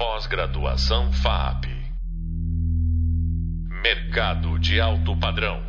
Pós-graduação FAP. Mercado de alto padrão.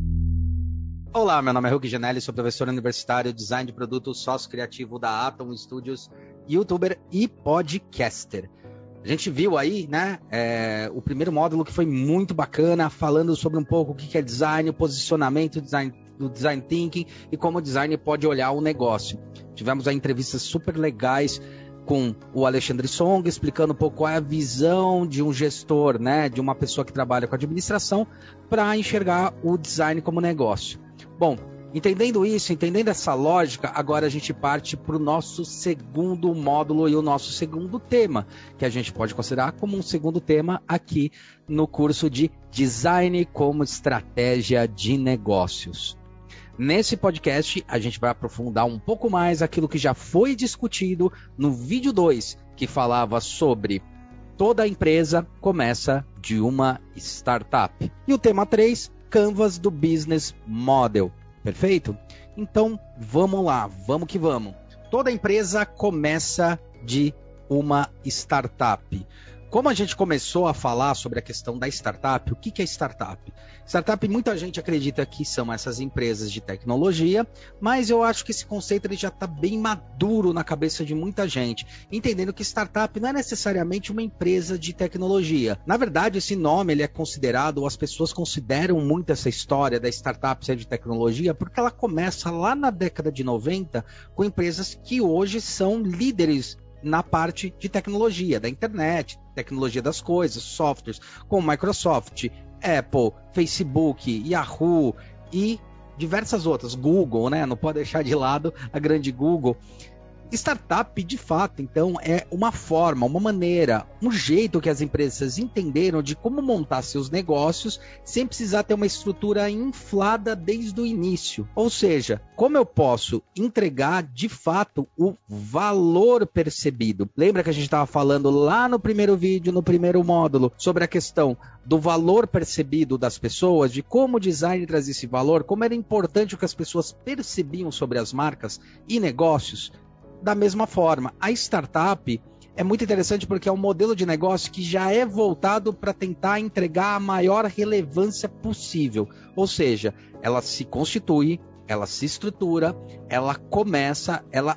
Olá, meu nome é Hugo Genelli, sou professor universitário, design de produtos, sócio criativo da Atom Studios, youtuber e podcaster. A gente viu aí, né, o primeiro módulo que foi muito bacana, falando sobre um pouco o que é design, o posicionamento do design thinking e como o design pode olhar o negócio. Tivemos aí entrevistas super legais com o Alexandre Song, explicando um pouco qual é a visão de um gestor, né, de uma pessoa que trabalha com administração, para enxergar o design como negócio. Bom, entendendo isso, entendendo essa lógica, agora a gente parte para o nosso segundo módulo e o nosso segundo tema, que a gente pode considerar como um segundo tema aqui no curso de Design como Estratégia de Negócios. Nesse podcast, a gente vai aprofundar um pouco mais aquilo que já foi discutido no vídeo 2, que falava sobre toda empresa começa de uma startup. E o tema 3, Canvas do Business Model. Perfeito? Então, vamos lá, vamos que vamos. Toda empresa começa de uma startup. Como a gente começou a falar sobre a questão da startup, o que é startup? Startup, muita gente acredita que são essas empresas de tecnologia, mas eu acho que esse conceito ele já está bem maduro na cabeça de muita gente, entendendo que startup não é necessariamente uma empresa de tecnologia. Na verdade, esse nome ele é considerado, ou as pessoas consideram muito essa história da startup ser de tecnologia, porque ela começa lá na década de 90 com empresas que hoje são líderes na parte de tecnologia, da internet, tecnologia das coisas, softwares, como Microsoft, Apple, Facebook, Yahoo e diversas outras, Google, né? Não pode deixar de lado a grande Google. Startup, de fato, então, é uma forma, uma maneira, um jeito que as empresas entenderam de como montar seus negócios sem precisar ter uma estrutura inflada desde o início. Ou seja, como eu posso entregar, de fato, o valor percebido. Lembra que a gente estava falando lá no primeiro vídeo, no primeiro módulo, sobre a questão do valor percebido das pessoas, de como o design trazia esse valor, como era importante o que as pessoas percebiam sobre as marcas e negócios. Da mesma forma, a startup é muito interessante porque é um modelo de negócio que já é voltado para tentar entregar a maior relevância possível. Ou seja, ela se constitui, ela se estrutura, ela começa, ela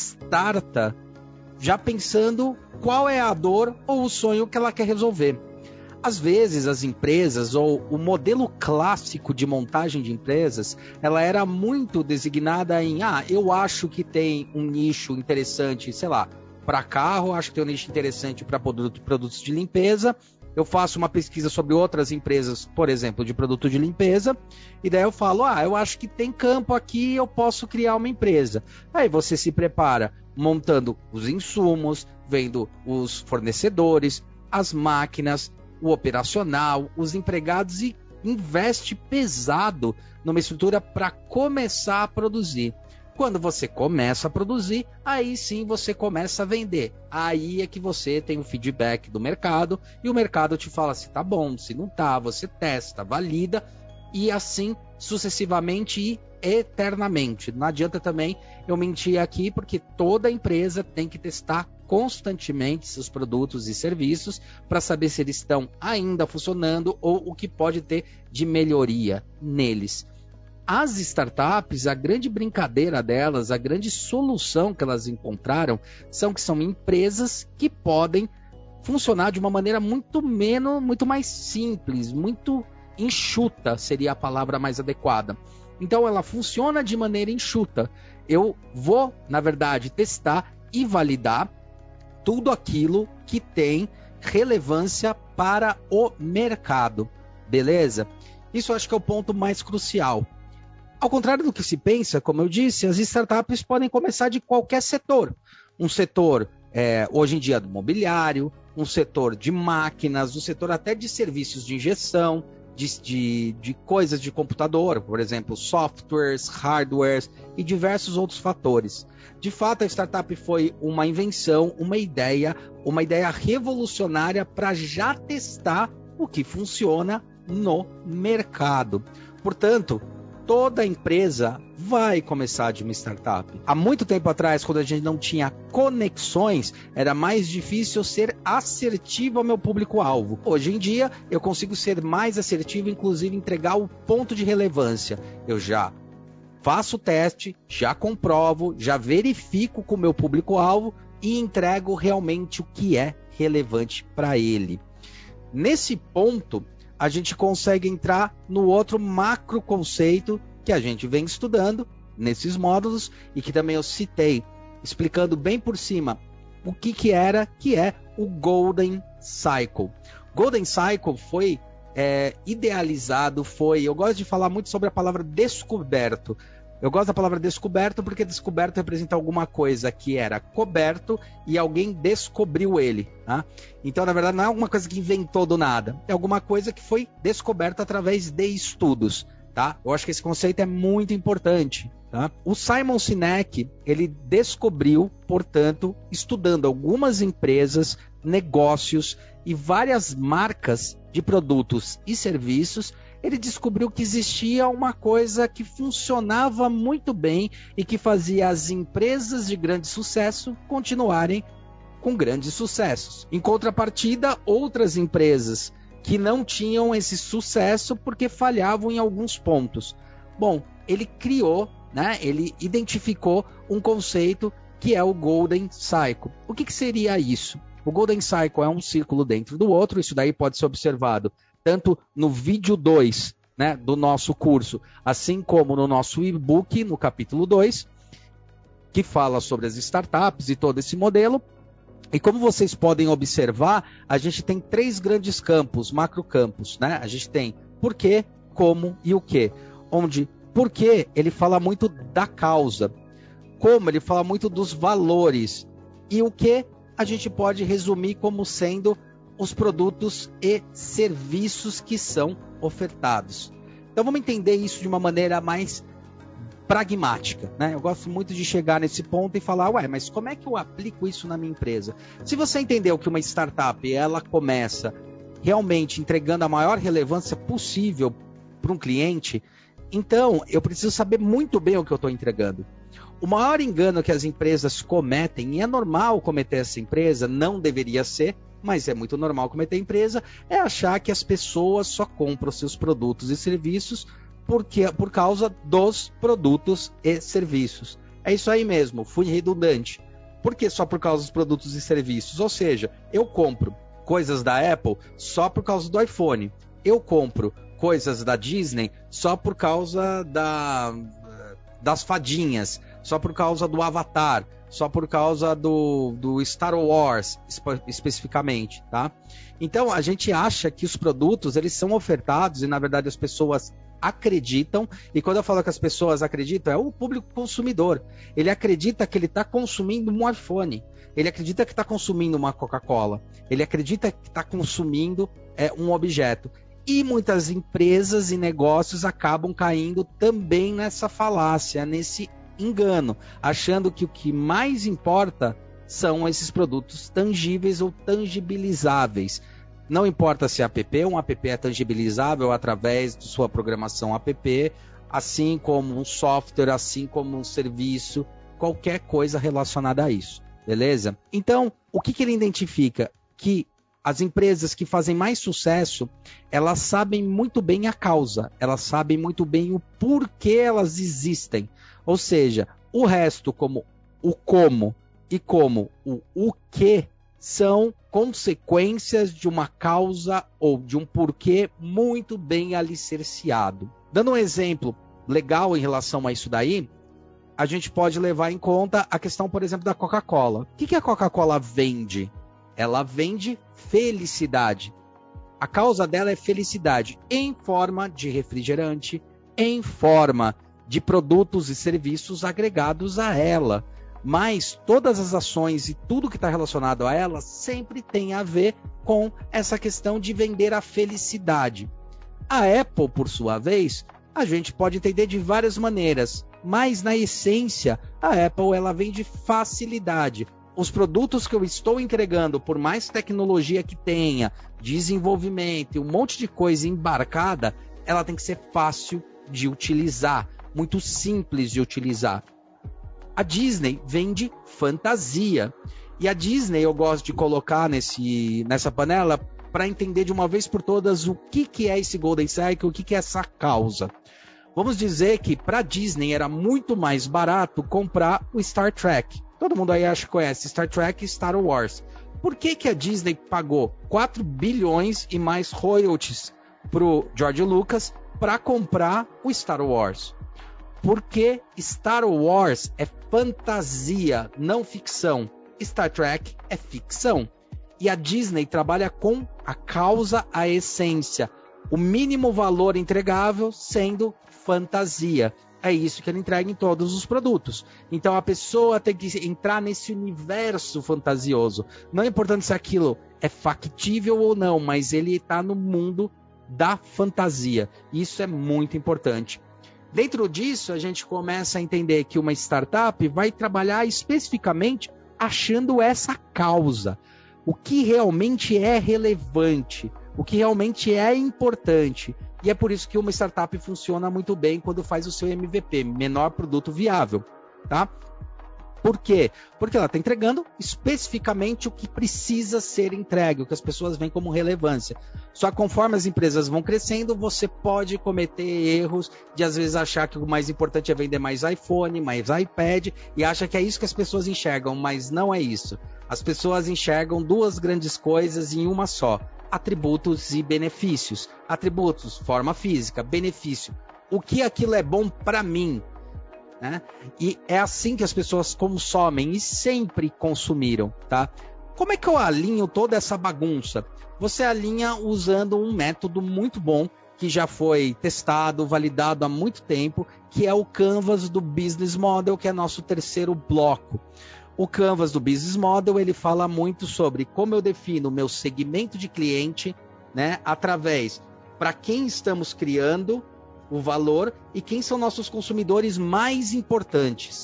starta já pensando qual é a dor ou o sonho que ela quer resolver. Às vezes as empresas, ou o modelo clássico de montagem de empresas, ela era muito designada em, eu acho que tem um nicho interessante, sei lá, para carro, acho que tem um nicho interessante para produtos de limpeza, eu faço uma pesquisa sobre outras empresas, por exemplo, de produto de limpeza, e daí eu falo, eu acho que tem campo aqui, eu posso criar uma empresa. Aí você se prepara montando os insumos, vendo os fornecedores, as máquinas, o operacional, os empregados e investe pesado numa estrutura para começar a produzir. Quando você começa a produzir, aí sim você começa a vender. Aí é que você tem o feedback do mercado e o mercado te fala se tá bom, se não tá, você testa, valida e assim sucessivamente e eternamente. Não adianta também eu mentir aqui, porque toda empresa tem que testar constantemente seus produtos e serviços para saber se eles estão ainda funcionando ou o que pode ter de melhoria neles. As startups, a grande brincadeira delas, a grande solução que elas encontraram são empresas que podem funcionar de uma maneira muito mais simples, muito enxuta seria a palavra mais adequada. Então ela funciona de maneira enxuta. Eu vou, na verdade, testar e validar tudo aquilo que tem relevância para o mercado. Beleza? Isso eu acho que é o ponto mais crucial. Ao contrário do que se pensa, como eu disse, as startups podem começar de qualquer setor. Um setor, hoje em dia, do mobiliário, um setor de máquinas, um setor até de serviços de injeção, de coisas de computador, por exemplo, softwares, hardwares e diversos outros fatores. De fato, a startup foi uma invenção, uma ideia revolucionária para já testar o que funciona no mercado. Portanto, toda empresa vai começar de uma startup. Há muito tempo atrás, quando a gente não tinha conexões, era mais difícil ser assertivo ao meu público-alvo. Hoje em dia, eu consigo ser mais assertivo, inclusive entregar o ponto de relevância. Eu já faço o teste, já comprovo, já verifico com o meu público-alvo e entrego realmente o que é relevante para ele. Nesse ponto, a gente consegue entrar no outro macro conceito que a gente vem estudando nesses módulos e que também eu citei, explicando bem por cima o que é o Golden Cycle. Golden Cycle foi idealizado, eu gosto de falar muito sobre a palavra descoberto. Eu gosto da palavra descoberto porque descoberto representa alguma coisa que era coberto e alguém descobriu ele. Tá? Então, na verdade, não é alguma coisa que inventou do nada. É alguma coisa que foi descoberta através de estudos. Tá? Eu acho que esse conceito é muito importante. Tá? O Simon Sinek, ele descobriu, portanto, estudando algumas empresas, negócios e várias marcas de produtos e serviços, ele descobriu que existia uma coisa que funcionava muito bem e que fazia as empresas de grande sucesso continuarem com grandes sucessos. Em contrapartida, outras empresas que não tinham esse sucesso porque falhavam em alguns pontos. Bom, ele criou, ele identificou um conceito que é o Golden Cycle. O que seria isso? O Golden Cycle é um círculo dentro do outro, isso daí pode ser observado tanto no vídeo 2, do nosso curso, assim como no nosso e-book, no capítulo 2, que fala sobre as startups e todo esse modelo. E como vocês podem observar, a gente tem 3 grandes campos, macrocampos. A gente tem porquê, como e o quê. Onde porquê ele fala muito da causa, como ele fala muito dos valores, e o que a gente pode resumir como sendo os produtos e serviços que são ofertados. Então vamos entender isso de uma maneira mais pragmática. Eu gosto muito de chegar nesse ponto e falar, mas como é que eu aplico isso na minha empresa? Se você entendeu que uma startup ela começa realmente entregando a maior relevância possível para um cliente, então eu preciso saber muito bem o que eu estou entregando. O maior engano que as empresas cometem, e é normal cometer essa empresa, não deveria ser, mas é muito normal cometer empresa, é achar que as pessoas só compram seus produtos e serviços por causa dos produtos e serviços. É isso aí mesmo, fui redundante. Por que só por causa dos produtos e serviços? Ou seja, eu compro coisas da Apple só por causa do iPhone. Eu compro coisas da Disney só por causa das fadinhas, só por causa do Avatar, só por causa do Star Wars, especificamente, tá? Então, a gente acha que os produtos, eles são ofertados e, na verdade, as pessoas acreditam, e quando eu falo que as pessoas acreditam, é o público consumidor. Ele acredita que ele está consumindo um iPhone, ele acredita que está consumindo uma Coca-Cola, ele acredita que está consumindo um objeto. E muitas empresas e negócios acabam caindo também nessa falácia, nesse engano, achando que o que mais importa são esses produtos tangíveis ou tangibilizáveis. Não importa se é app, um app é tangibilizável através de sua programação app, assim como um software, assim como um serviço, qualquer coisa relacionada a isso, beleza? Então, o que ele identifica? Que as empresas que fazem mais sucesso, elas sabem muito bem a causa, elas sabem muito bem o porquê elas existem. Ou seja, o resto, como o como e como o que, são consequências de uma causa ou de um porquê muito bem alicerciado. Dando um exemplo legal em relação a isso daí, a gente pode levar em conta a questão, por exemplo, da Coca-Cola. O que a Coca-Cola vende? Ela vende felicidade. A causa dela é felicidade em forma de refrigerante, em forma de produtos e serviços agregados a ela. Mas todas as ações e tudo que está relacionado a ela sempre tem a ver com essa questão de vender a felicidade. A Apple, por sua vez, a gente pode entender de várias maneiras, mas na essência, a Apple ela vende facilidade. Os produtos que eu estou entregando, por mais tecnologia que tenha, desenvolvimento e um monte de coisa embarcada, ela tem que ser fácil de utilizar, muito simples de utilizar. A Disney vende fantasia. E a Disney eu gosto de colocar nessa panela para entender de uma vez por todas o que é esse Golden Cycle, o que é essa causa. Vamos dizer que para a Disney era muito mais barato comprar o Star Trek. Todo mundo aí acho que conhece Star Trek e Star Wars. Por que a Disney pagou 4 bilhões e mais royalties para o George Lucas para comprar o Star Wars? Porque Star Wars é fantasia, não ficção. Star Trek é ficção. E a Disney trabalha com a causa, a essência. O mínimo valor entregável sendo fantasia. É isso que ele entrega em todos os produtos. Então a pessoa tem que entrar nesse universo fantasioso. Não é importante se aquilo é factível ou não, mas ele está no mundo da fantasia. Isso é muito importante. Dentro disso, a gente começa a entender que uma startup vai trabalhar especificamente achando essa causa. O que realmente é relevante, o que realmente é importante. E é por isso que uma startup funciona muito bem quando faz o seu MVP, menor produto viável, tá? Por quê? Porque ela está entregando especificamente o que precisa ser entregue, o que as pessoas veem como relevância. Só conforme as empresas vão crescendo, você pode cometer erros de às vezes achar que o mais importante é vender mais iPhone, mais iPad, e acha que é isso que as pessoas enxergam, mas não é isso. As pessoas enxergam duas grandes coisas em uma só: atributos e benefícios. Atributos, forma física, benefício. O que aquilo é bom para mim? Né? E é assim que as pessoas consomem e sempre consumiram, tá? Como é que eu alinho toda essa bagunça? Você alinha usando um método muito bom que já foi testado, validado há muito tempo, que é o Canvas do Business Model, que é nosso terceiro bloco. O Canvas do Business Model, ele fala muito sobre como eu defino o meu segmento de cliente, né, através para quem estamos criando o valor e quem são nossos consumidores mais importantes.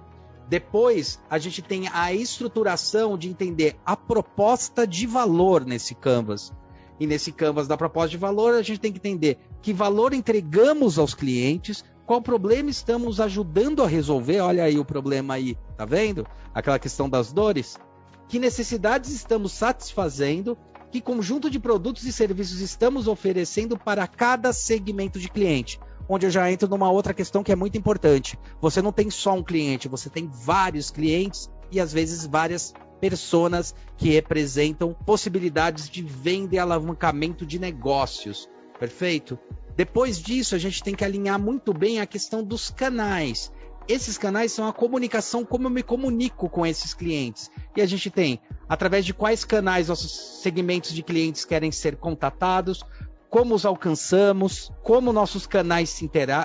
Depois, a gente tem a estruturação de entender a proposta de valor nesse Canvas. E nesse Canvas da proposta de valor, a gente tem que entender que valor entregamos aos clientes, qual problema estamos ajudando a resolver. Olha aí o problema aí, tá vendo? Aquela questão das dores. Que necessidades estamos satisfazendo, que conjunto de produtos e serviços estamos oferecendo para cada segmento de cliente. Onde eu já entro numa outra questão que é muito importante. Você não tem só um cliente, você tem vários clientes e às vezes várias personas que representam possibilidades de venda e alavancamento de negócios. Perfeito? Depois disso, a gente tem que alinhar muito bem a questão dos canais. Esses canais são a comunicação, como eu me comunico com esses clientes. E a gente tem, através de quais canais nossos segmentos de clientes querem ser contatados, como os alcançamos, como nossos canais se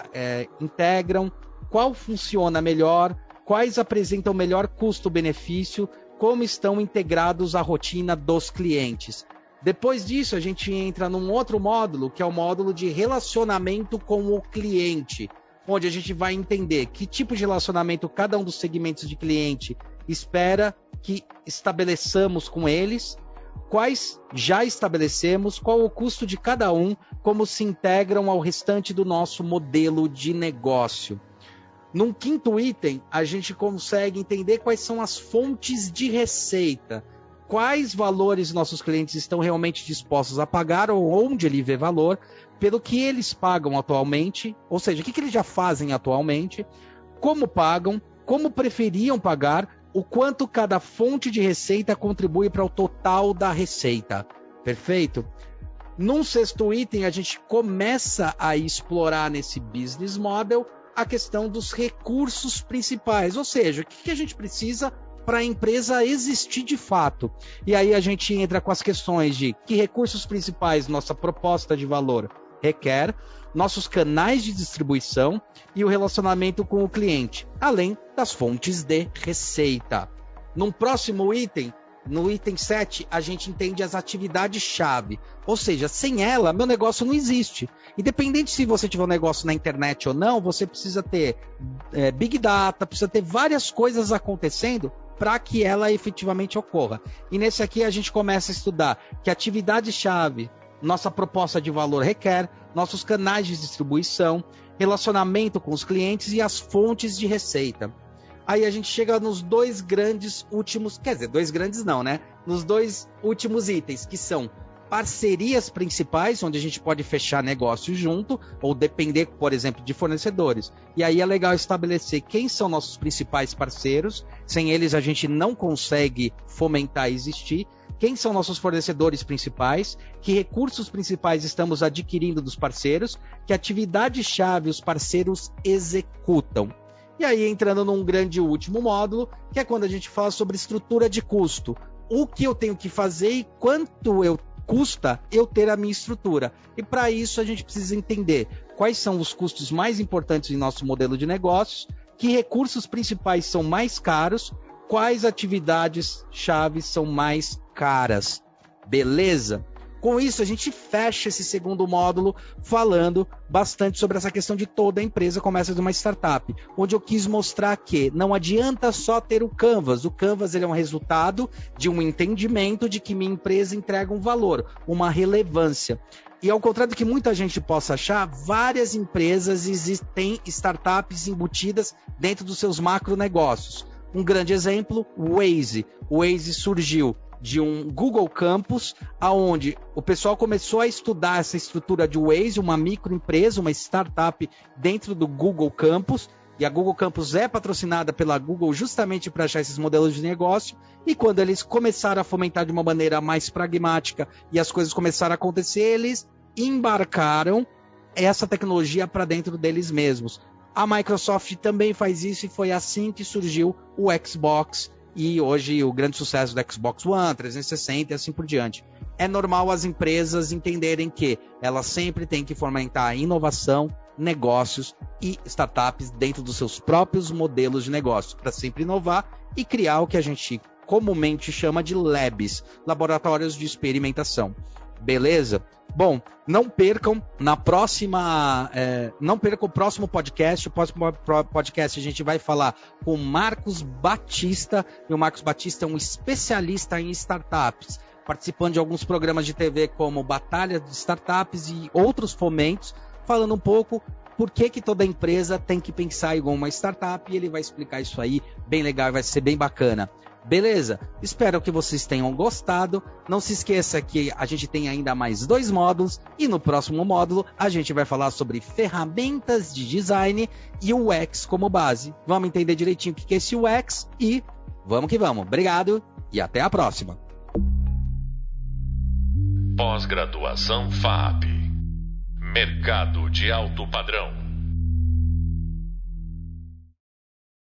integram, qual funciona melhor, quais apresentam melhor custo-benefício, como estão integrados à rotina dos clientes. Depois disso, a gente entra num outro módulo, que é o módulo de relacionamento com o cliente, onde a gente vai entender que tipo de relacionamento cada um dos segmentos de cliente espera que estabeleçamos com eles, quais já estabelecemos, qual o custo de cada um, como se integram ao restante do nosso modelo de negócio. Num quinto item, a gente consegue entender quais são as fontes de receita, quais valores nossos clientes estão realmente dispostos a pagar ou onde ele vê valor, pelo que eles pagam atualmente, ou seja, o que eles já fazem atualmente, como pagam, como preferiam pagar, o quanto cada fonte de receita contribui para o total da receita. Perfeito? Num sexto item, a gente começa a explorar nesse business model a questão dos recursos principais, ou seja, o que a gente precisa para a empresa existir de fato. E aí a gente entra com as questões de que recursos principais nossa proposta de valor requer, nossos canais de distribuição e o relacionamento com o cliente, além das fontes de receita. Num próximo item, no item 7, a gente entende as atividades-chave. Ou seja, sem ela, meu negócio não existe. Independente se você tiver um negócio na internet ou não, você precisa ter Big Data, precisa ter várias coisas acontecendo para que ela efetivamente ocorra. E nesse aqui a gente começa a estudar que atividade-chave nossa proposta de valor requer, nossos canais de distribuição, relacionamento com os clientes e as fontes de receita. Aí a gente chega nos dois grandes últimos, quer dizer, dois grandes não, né? Nos dois últimos itens, que são parcerias principais, onde a gente pode fechar negócios junto, ou depender, por exemplo, de fornecedores. E aí é legal estabelecer quem são nossos principais parceiros, sem eles a gente não consegue fomentar e existir. Quem são nossos fornecedores principais, que recursos principais estamos adquirindo dos parceiros, que atividade-chave os parceiros executam. E aí entrando num grande último módulo, que é quando a gente fala sobre estrutura de custo. O que eu tenho que fazer e quanto custa eu ter a minha estrutura. E para isso a gente precisa entender quais são os custos mais importantes em nosso modelo de negócios, que recursos principais são mais caros, quais atividades-chave são mais caras. Beleza? Com isso, a gente fecha esse segundo módulo falando bastante sobre essa questão de toda a empresa começa de uma startup, onde eu quis mostrar que não adianta só ter o Canvas. O Canvas ele é um resultado de um entendimento de que minha empresa entrega um valor, uma relevância. E ao contrário do que muita gente possa achar, várias empresas têm startups embutidas dentro dos seus macronegócios. Um grande exemplo, o Waze. O Waze surgiu de um Google Campus, aonde o pessoal começou a estudar essa estrutura de Waze, uma microempresa, uma startup dentro do Google Campus, e a Google Campus é patrocinada pela Google justamente para achar esses modelos de negócio, e quando eles começaram a fomentar de uma maneira mais pragmática e as coisas começaram a acontecer, eles embarcaram essa tecnologia para dentro deles mesmos. A Microsoft também faz isso e foi assim que surgiu o Xbox, e hoje o grande sucesso do Xbox One, 360 e assim por diante. É normal as empresas entenderem que elas sempre têm que fomentar inovação, negócios e startups dentro dos seus próprios modelos de negócio, para sempre inovar e criar o que a gente comumente chama de labs, laboratórios de experimentação. Beleza? Bom, não percam não percam o próximo podcast. O próximo podcast a gente vai falar com o Marcos Batista, e o Marcos Batista é um especialista em startups, participando de alguns programas de TV como Batalha de Startups e outros fomentos, falando um pouco por que toda empresa tem que pensar igual uma startup, e ele vai explicar isso aí, bem legal, vai ser bem bacana. Beleza? Espero que vocês tenham gostado. Não se esqueça que a gente tem ainda mais 2 módulos, e no próximo módulo a gente vai falar sobre ferramentas de design e o UX como base. Vamos entender direitinho o que é esse UX e vamos que vamos. Obrigado e até a próxima. Pós-graduação FAP. Mercado de alto padrão.